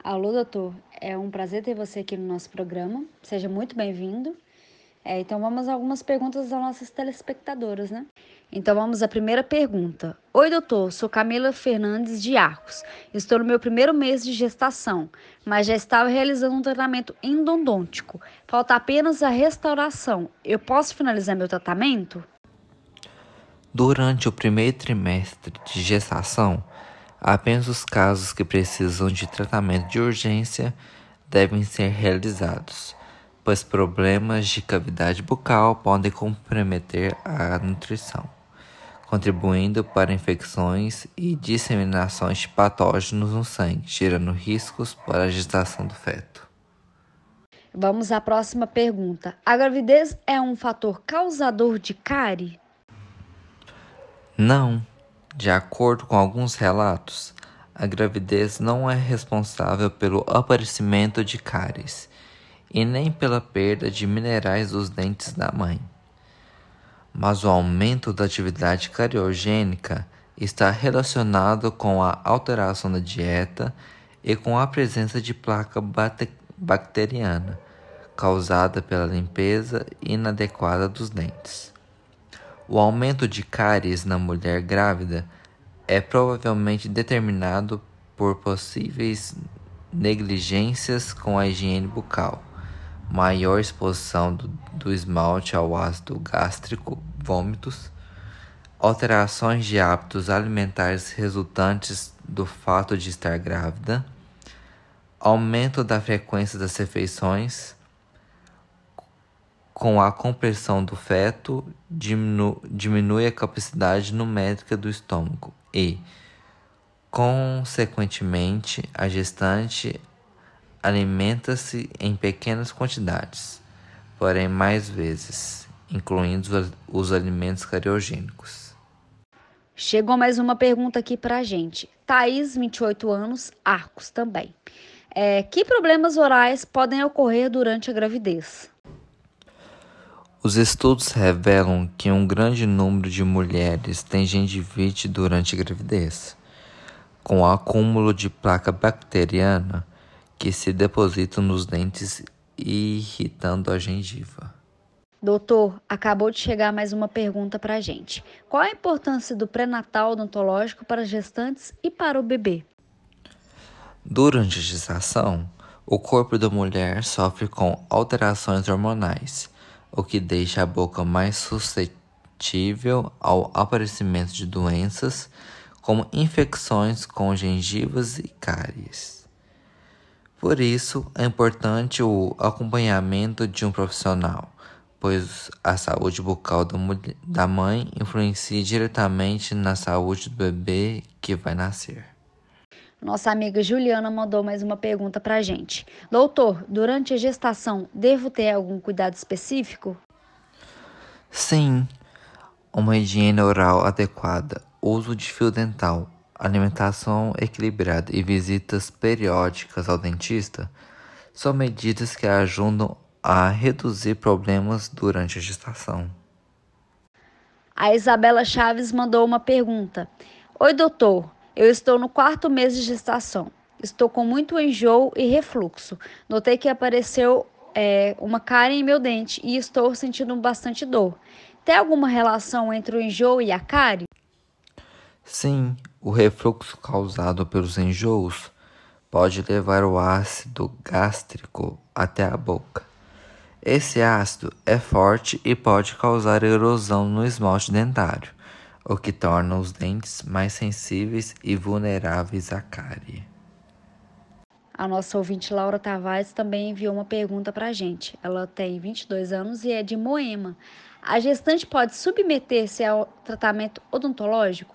Alô, doutor. É um prazer ter você aqui no nosso programa. Seja muito bem-vindo. Então, vamos a algumas perguntas das nossas telespectadoras, né? Então, vamos à primeira pergunta. Oi, doutor. Sou Camila Fernandes de Arcos. Estou no meu primeiro mês de gestação, mas já estava realizando um tratamento endodôntico. Falta apenas a restauração. Eu posso finalizar meu tratamento? Durante o primeiro trimestre de gestação, apenas os casos que precisam de tratamento de urgência devem ser realizados, pois problemas de cavidade bucal podem comprometer a nutrição, contribuindo para infecções e disseminações de patógenos no sangue, gerando riscos para a gestação do feto. Vamos à próxima pergunta. A gravidez é um fator causador de cárie? Não, de acordo com alguns relatos, a gravidez não é responsável pelo aparecimento de cáries e nem pela perda de minerais dos dentes da mãe. Mas o aumento da atividade cariogênica está relacionado com a alteração da dieta e com a presença de placa bacteriana, causada pela limpeza inadequada dos dentes. O aumento de cáries na mulher grávida é provavelmente determinado por possíveis negligências com a higiene bucal, maior exposição do esmalte ao ácido gástrico, vômitos, alterações de hábitos alimentares resultantes do fato de estar grávida, aumento da frequência das refeições, com a compressão do feto, diminui a capacidade numérica do estômago e, consequentemente, a gestante alimenta-se em pequenas quantidades, porém mais vezes, incluindo os alimentos cariogênicos. Chegou mais uma pergunta aqui pra gente. Thaís, 28 anos, Arcos também. Que problemas orais podem ocorrer durante a gravidez? Os estudos revelam que um grande número de mulheres tem gengivite durante a gravidez, com o acúmulo de placa bacteriana que se deposita nos dentes irritando a gengiva. Doutor, acabou de chegar mais uma pergunta pra gente. Qual a importância do pré-natal odontológico para gestantes e para o bebê? Durante a gestação, o corpo da mulher sofre com alterações hormonais, o que deixa a boca mais suscetível ao aparecimento de doenças como infecções com gengivas e cáries. Por isso, é importante o acompanhamento de um profissional, pois a saúde bucal da mãe influencia diretamente na saúde do bebê que vai nascer. Nossa amiga Juliana mandou mais uma pergunta pra gente. Doutor, durante a gestação, devo ter algum cuidado específico? Sim, uma higiene oral adequada, uso de fio dental, alimentação equilibrada e visitas periódicas ao dentista são medidas que ajudam a reduzir problemas durante a gestação. A Isabela Chaves mandou uma pergunta. Oi, doutor. Eu estou no 4º mês de gestação. Estou com muito enjoo e refluxo. Notei que apareceu uma cárie em meu dente e estou sentindo bastante dor. Tem alguma relação entre o enjoo e a cárie? Sim, o refluxo causado pelos enjoos pode levar o ácido gástrico até a boca. Esse ácido é forte e pode causar erosão no esmalte dentário, o que torna os dentes mais sensíveis e vulneráveis à cárie. A nossa ouvinte Laura Tavares também enviou uma pergunta para a gente. Ela tem 22 anos e é de Moema. A gestante pode submeter-se ao tratamento odontológico?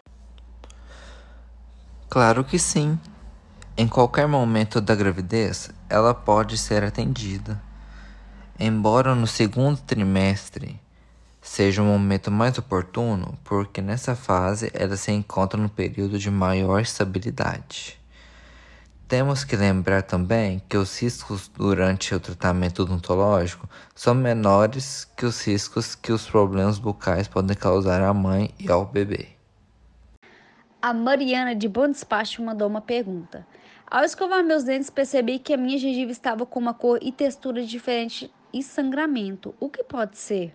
Claro que sim. Em qualquer momento da gravidez, ela pode ser atendida. Embora no segundo trimestre seja o momento mais oportuno, porque nessa fase ela se encontra no período de maior estabilidade. Temos que lembrar também que os riscos durante o tratamento odontológico são menores que os riscos que os problemas bucais podem causar à mãe e ao bebê. A Mariana de Bom Despacho mandou uma pergunta. Ao escovar meus dentes, percebi que a minha gengiva estava com uma cor e textura diferente e sangramento. O que pode ser?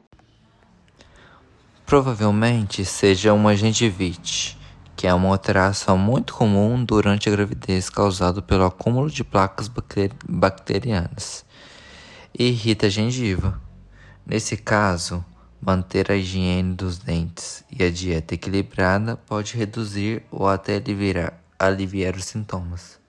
Provavelmente seja uma gengivite, que é uma alteração muito comum durante a gravidez causada pelo acúmulo de placas bacterianas e irrita a gengiva. Nesse caso, manter a higiene dos dentes e a dieta equilibrada pode reduzir ou até aliviar os sintomas.